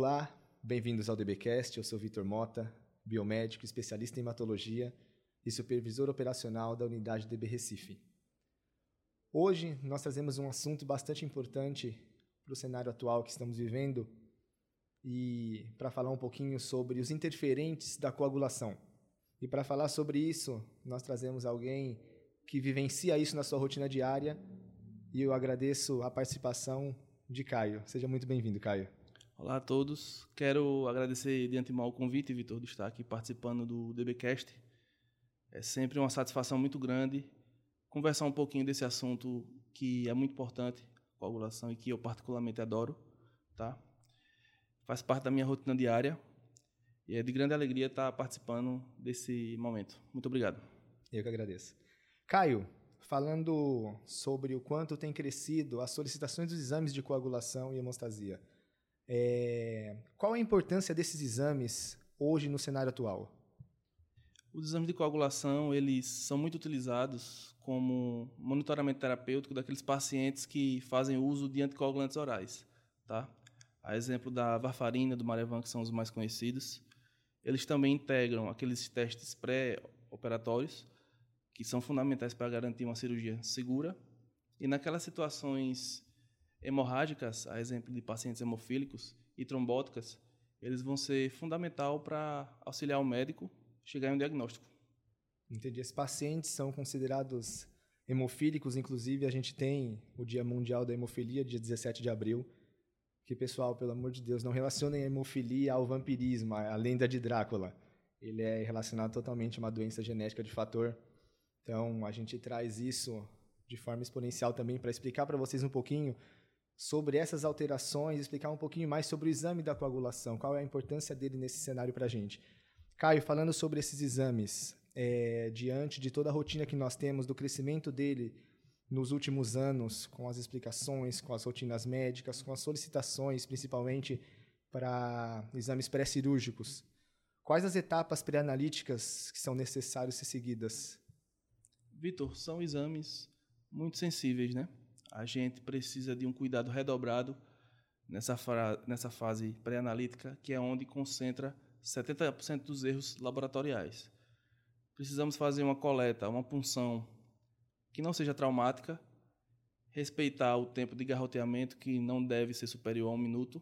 Olá, bem-vindos ao DBcast. Eu sou Vitor Mota, biomédico, especialista em hematologia e supervisor operacional da unidade DB Recife. Hoje nós trazemos um assunto bastante importante para o cenário atual que estamos vivendo e para falar um pouquinho sobre os interferentes da coagulação. E para falar sobre isso, nós trazemos alguém que vivencia isso na sua rotina diária e eu agradeço a participação de Caio. Seja muito bem-vindo, Caio. Olá a todos. Quero agradecer de antemão o convite, Vitor, de estar aqui participando do DBcast. É sempre uma satisfação muito grande conversar um pouquinho desse assunto que é muito importante, coagulação, e que eu particularmente adoro, tá? Faz parte da minha rotina diária e é de grande alegria estar participando desse momento. Muito obrigado. Eu que agradeço. Caio, falando sobre o quanto tem crescido as solicitações dos exames de coagulação e hemostasia, qual a importância desses exames hoje no cenário atual? Os exames de coagulação, eles são muito utilizados como monitoramento terapêutico daqueles pacientes que fazem uso de anticoagulantes orais, tá? A exemplo da varfarina, do Marevan, que são os mais conhecidos. Eles também integram aqueles testes pré-operatórios, que são fundamentais para garantir uma cirurgia segura. E naquelas situações hemorrágicas, a exemplo de pacientes hemofílicos e trombóticas, eles vão ser fundamental para auxiliar o médico chegar em um diagnóstico. Entendi. Esses pacientes são considerados hemofílicos, inclusive a gente tem o Dia Mundial da Hemofilia, dia 17 de abril, que, pessoal, pelo amor de Deus, não relacionem a hemofilia ao vampirismo, a lenda de Drácula. Ele é relacionado totalmente a uma doença genética de fator. Então, a gente traz isso de forma exponencial também para explicar para vocês um pouquinho sobre essas alterações, explicar um pouquinho mais sobre o exame da coagulação, qual é a importância dele nesse cenário para a gente. Caio, falando sobre esses exames, diante de toda a rotina que nós temos, do crescimento dele nos últimos anos, com as explicações, com as rotinas médicas, com as solicitações, principalmente para exames pré-cirúrgicos, quais as etapas pré-analíticas que são necessárias ser seguidas? Vitor, são exames muito sensíveis, né? A gente precisa de um cuidado redobrado nessa fase pré-analítica, que é onde concentra 70% dos erros laboratoriais. Precisamos fazer uma coleta, uma punção que não seja traumática, respeitar o tempo de garroteamento, que não deve ser superior a 1 minuto,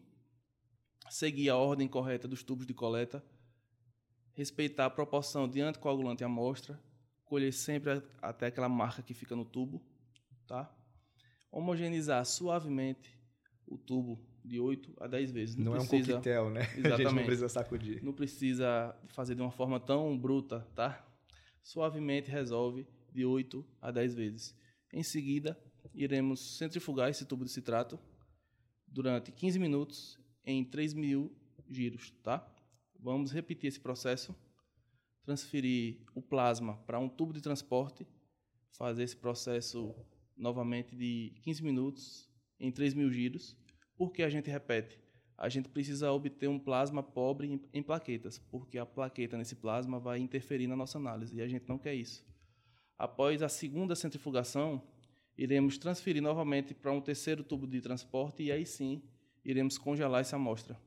seguir a ordem correta dos tubos de coleta, respeitar a proporção de anticoagulante à amostra, colher sempre até aquela marca que fica no tubo, tá? Homogeneizar suavemente o tubo de 8 a 10 vezes. Não precisa... é um coquetel, né? Exatamente. A gente não precisa sacudir. Não precisa fazer de uma forma tão bruta, tá? Suavemente resolve de 8 a 10 vezes. Em seguida, iremos centrifugar esse tubo de citrato durante 15 minutos em 3.000 giros, tá? Vamos repetir esse processo, transferir o plasma para um tubo de transporte, fazer esse processo novamente de 15 minutos em 3.000 giros. Por que a gente repete? A gente precisa obter um plasma pobre em plaquetas, porque a plaqueta nesse plasma vai interferir na nossa análise, e a gente não quer isso. Após a segunda centrifugação, iremos transferir novamente para um terceiro tubo de transporte, e aí sim, iremos congelar essa amostra.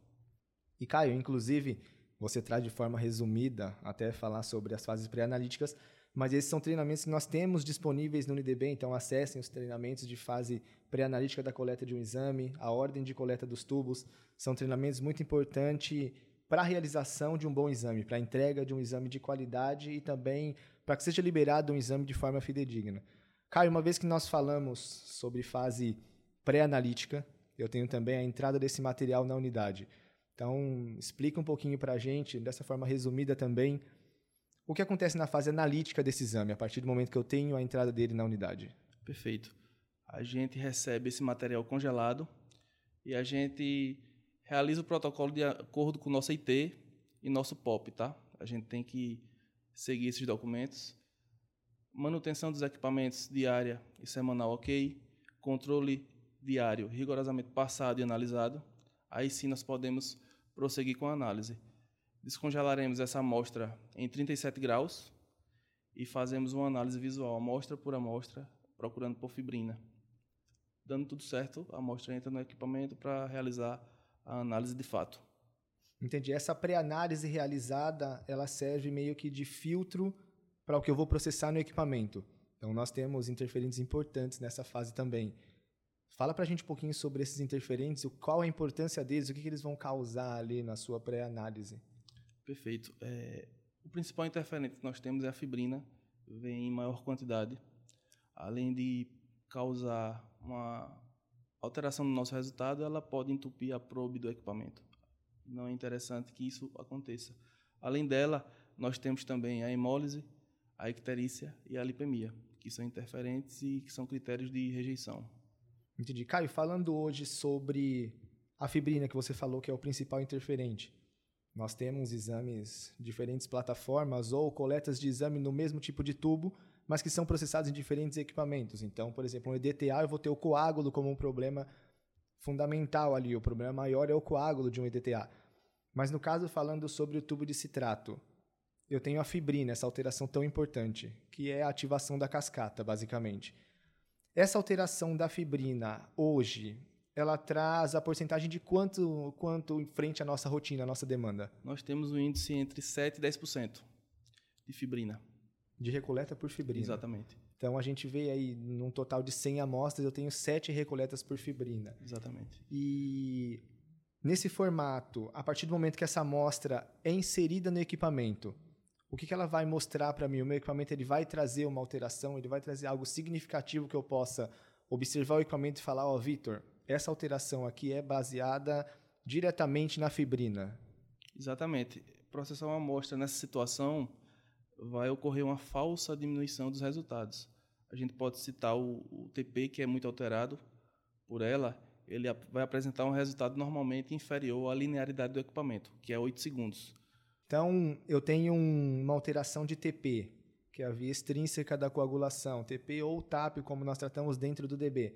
E Caio, inclusive, você traz de forma resumida até falar sobre as fases pré-analíticas, mas esses são treinamentos que nós temos disponíveis no UniDB, então acessem os treinamentos de fase pré-analítica da coleta de um exame, a ordem de coleta dos tubos, são treinamentos muito importantes para a realização de um bom exame, para a entrega de um exame de qualidade e também para que seja liberado um exame de forma fidedigna. Caio, uma vez que nós falamos sobre fase pré-analítica, eu tenho também a entrada desse material na unidade. Então, explica um pouquinho para a gente, dessa forma resumida também, o que acontece na fase analítica desse exame, a partir do momento que eu tenho a entrada dele na unidade. Perfeito. A gente recebe esse material congelado e a gente realiza o protocolo de acordo com o nosso IT e nosso POP, tá? A gente tem que seguir esses documentos. Manutenção dos equipamentos diária e semanal ok. Controle diário rigorosamente passado e analisado. Aí sim nós podemos prosseguir com a análise. Descongelaremos essa amostra em 37 graus e fazemos uma análise visual, amostra por amostra, procurando por fibrina. Dando tudo certo, a amostra entra no equipamento para realizar a análise de fato. Entendi. Essa pré-análise realizada, ela serve meio que de filtro para o que eu vou processar no equipamento. Então, nós temos interferentes importantes nessa fase também. Fala para a gente um pouquinho sobre esses interferentes, qual a importância deles, o que eles vão causar ali na sua pré-análise. Perfeito. O principal interferente que nós temos é a fibrina, vem em maior quantidade, além de causar uma alteração no nosso resultado, ela pode entupir a probe do equipamento. Não é interessante que isso aconteça. Além dela, nós temos também a hemólise, a icterícia e a lipemia, que são interferentes e que são critérios de rejeição. Entendi. Caio, falando hoje sobre a fibrina, que você falou que é o principal interferente, nós temos exames, diferentes plataformas ou coletas de exame no mesmo tipo de tubo, mas que são processados em diferentes equipamentos. Então, por exemplo, um EDTA, eu vou ter o coágulo como um problema fundamental ali. O problema maior é o coágulo de um EDTA. Mas no caso, falando sobre o tubo de citrato, eu tenho a fibrina, essa alteração tão importante, que é a ativação da cascata, basicamente. Essa alteração da fibrina, hoje, ela traz a porcentagem de quanto em frente à nossa rotina, à nossa demanda? Nós temos um índice entre 7% e 10% de fibrina. De recoleta por fibrina. Exatamente. Então, a gente vê aí, num total de 100 amostras, eu tenho 7 recoletas por fibrina. Exatamente. E nesse formato, a partir do momento que essa amostra é inserida no equipamento, o que ela vai mostrar para mim? O meu equipamento ele vai trazer uma alteração, ele vai trazer algo significativo que eu possa observar o equipamento e falar, ó, Vitor, essa alteração aqui é baseada diretamente na fibrina. Exatamente. Processar uma amostra nessa situação vai ocorrer uma falsa diminuição dos resultados. A gente pode citar o TP, que é muito alterado por ela, ele vai apresentar um resultado normalmente inferior à linearidade do equipamento, que é 8 segundos. Então, eu tenho uma alteração de TP, que é a via extrínseca da coagulação, TP ou TAP, como nós tratamos dentro do DB.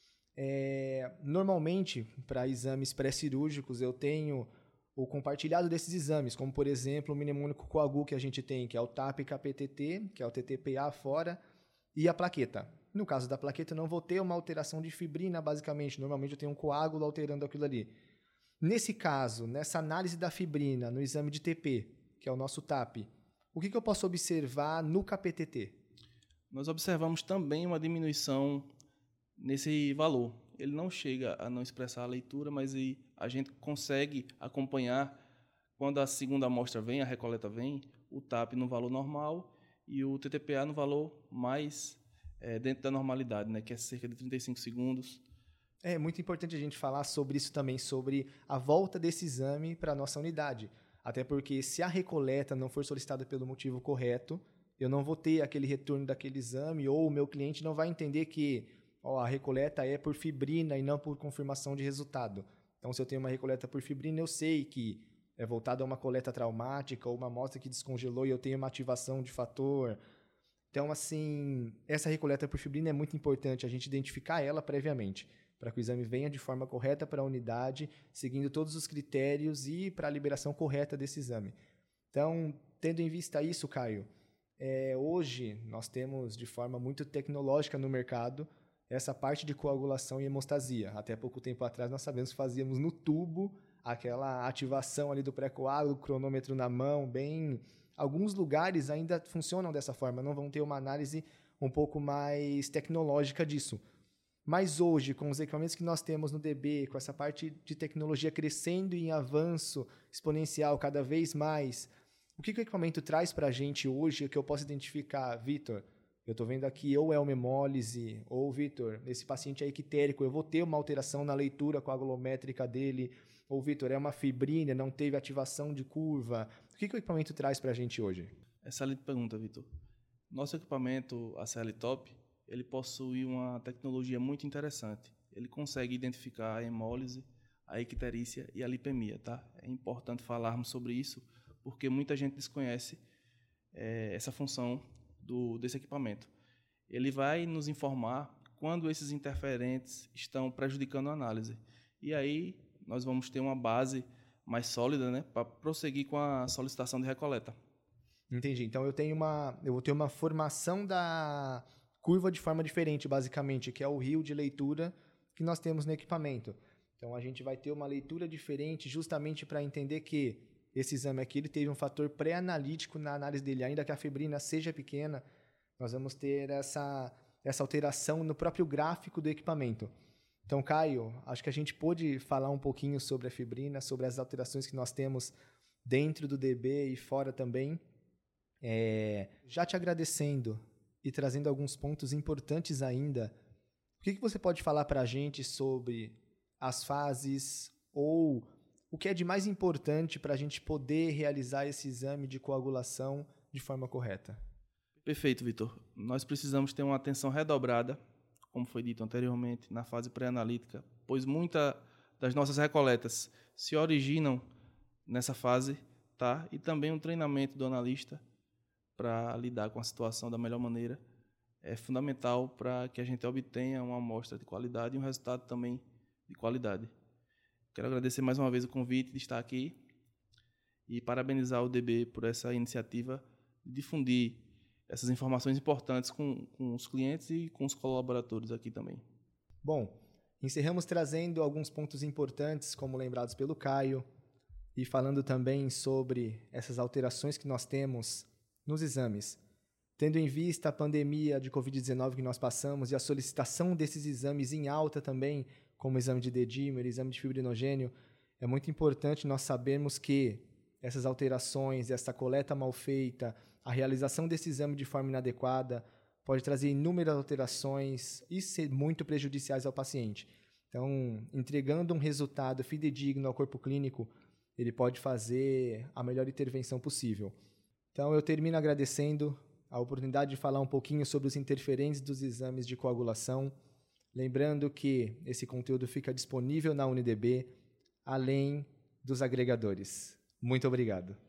Normalmente, para exames pré-cirúrgicos, eu tenho o compartilhado desses exames, como, por exemplo, o mnemônico coagu que a gente tem, que é o TAP-KPTT, que é o TTPA fora, e a plaqueta. No caso da plaqueta, eu não vou ter uma alteração de fibrina, basicamente. Normalmente, eu tenho um coágulo alterando aquilo ali. Nesse caso, nessa análise da fibrina, no exame de TP, que é o nosso TAP, o que eu posso observar no KPTT? Nós observamos também uma diminuição nesse valor. Ele não chega a não expressar a leitura, mas a gente consegue acompanhar quando a segunda amostra vem, a recoleta vem, o TAP no valor normal e o TTPA no valor mais dentro da normalidade, né, que é cerca de 35 segundos. É muito importante a gente falar sobre isso também, sobre a volta desse exame para a nossa unidade. Até porque se a recoleta não for solicitada pelo motivo correto, eu não vou ter aquele retorno daquele exame ou o meu cliente não vai entender que a recoleta é por fibrina e não por confirmação de resultado. Então, se eu tenho uma recoleta por fibrina, eu sei que é voltada a uma coleta traumática ou uma amostra que descongelou e eu tenho uma ativação de fator. Então, assim, essa recoleta por fibrina é muito importante a gente identificar ela previamente, para que o exame venha de forma correta para a unidade, seguindo todos os critérios e para a liberação correta desse exame. Então, tendo em vista isso, Caio, hoje nós temos de forma muito tecnológica no mercado essa parte de coagulação e hemostasia. Até pouco tempo atrás nós sabemos que fazíamos no tubo aquela ativação ali do pré-coágulo, cronômetro na mão, bem... Alguns lugares ainda funcionam dessa forma, não vão ter uma análise um pouco mais tecnológica disso. Mas hoje, com os equipamentos que nós temos no DB, com essa parte de tecnologia crescendo em avanço exponencial cada vez mais, o que o equipamento traz para a gente hoje que eu posso identificar? Vitor, eu estou vendo aqui ou é uma hemólise, ou Vitor, esse paciente é ictérico, eu vou ter uma alteração na leitura coagulométrica dele, ou Vitor, é uma fibrina, não teve ativação de curva. O que o equipamento traz para a gente hoje? Excelente pergunta, Vitor. Nosso equipamento, a CL Top, ele possui uma tecnologia muito interessante. Ele consegue identificar a hemólise, a icterícia e a lipemia, tá? É importante falarmos sobre isso, porque muita gente desconhece essa função desse equipamento. Ele vai nos informar quando esses interferentes estão prejudicando a análise. E aí nós vamos ter uma base mais sólida, né, para prosseguir com a solicitação de recoleta. Entendi. Então eu vou ter uma formação da curva de forma diferente, basicamente, que é o rio de leitura que nós temos no equipamento. Então, a gente vai ter uma leitura diferente justamente para entender que esse exame aqui ele teve um fator pré-analítico na análise dele. Ainda que a fibrina seja pequena, nós vamos ter essa alteração no próprio gráfico do equipamento. Então, Caio, acho que a gente pôde falar um pouquinho sobre a fibrina, sobre as alterações que nós temos dentro do DB e fora também. Já te agradecendo e trazendo alguns pontos importantes ainda, o que você pode falar para a gente sobre as fases ou o que é de mais importante para a gente poder realizar esse exame de coagulação de forma correta? Perfeito, Vitor. Nós precisamos ter uma atenção redobrada, como foi dito anteriormente, na fase pré-analítica, pois muitas das nossas recoletas se originam nessa fase, tá? E também um treinamento do analista para lidar com a situação da melhor maneira é fundamental para que a gente obtenha uma amostra de qualidade e um resultado também de qualidade. Quero agradecer mais uma vez o convite de estar aqui e parabenizar o DB por essa iniciativa de difundir essas informações importantes com os clientes e com os colaboradores aqui também. Bom, encerramos trazendo alguns pontos importantes, como lembrados pelo Caio, e falando também sobre essas alterações que nós temos nos exames. Tendo em vista a pandemia de Covid-19 que nós passamos e a solicitação desses exames em alta também, como o exame de dedímero, exame de fibrinogênio, é muito importante nós sabermos que essas alterações, essa coleta mal feita, a realização desse exame de forma inadequada pode trazer inúmeras alterações e ser muito prejudiciais ao paciente. Então, entregando um resultado fidedigno ao corpo clínico, ele pode fazer a melhor intervenção possível. Então, eu termino agradecendo a oportunidade de falar um pouquinho sobre os interferentes dos exames de coagulação, lembrando que esse conteúdo fica disponível na UniDB, além dos agregadores. Muito obrigado.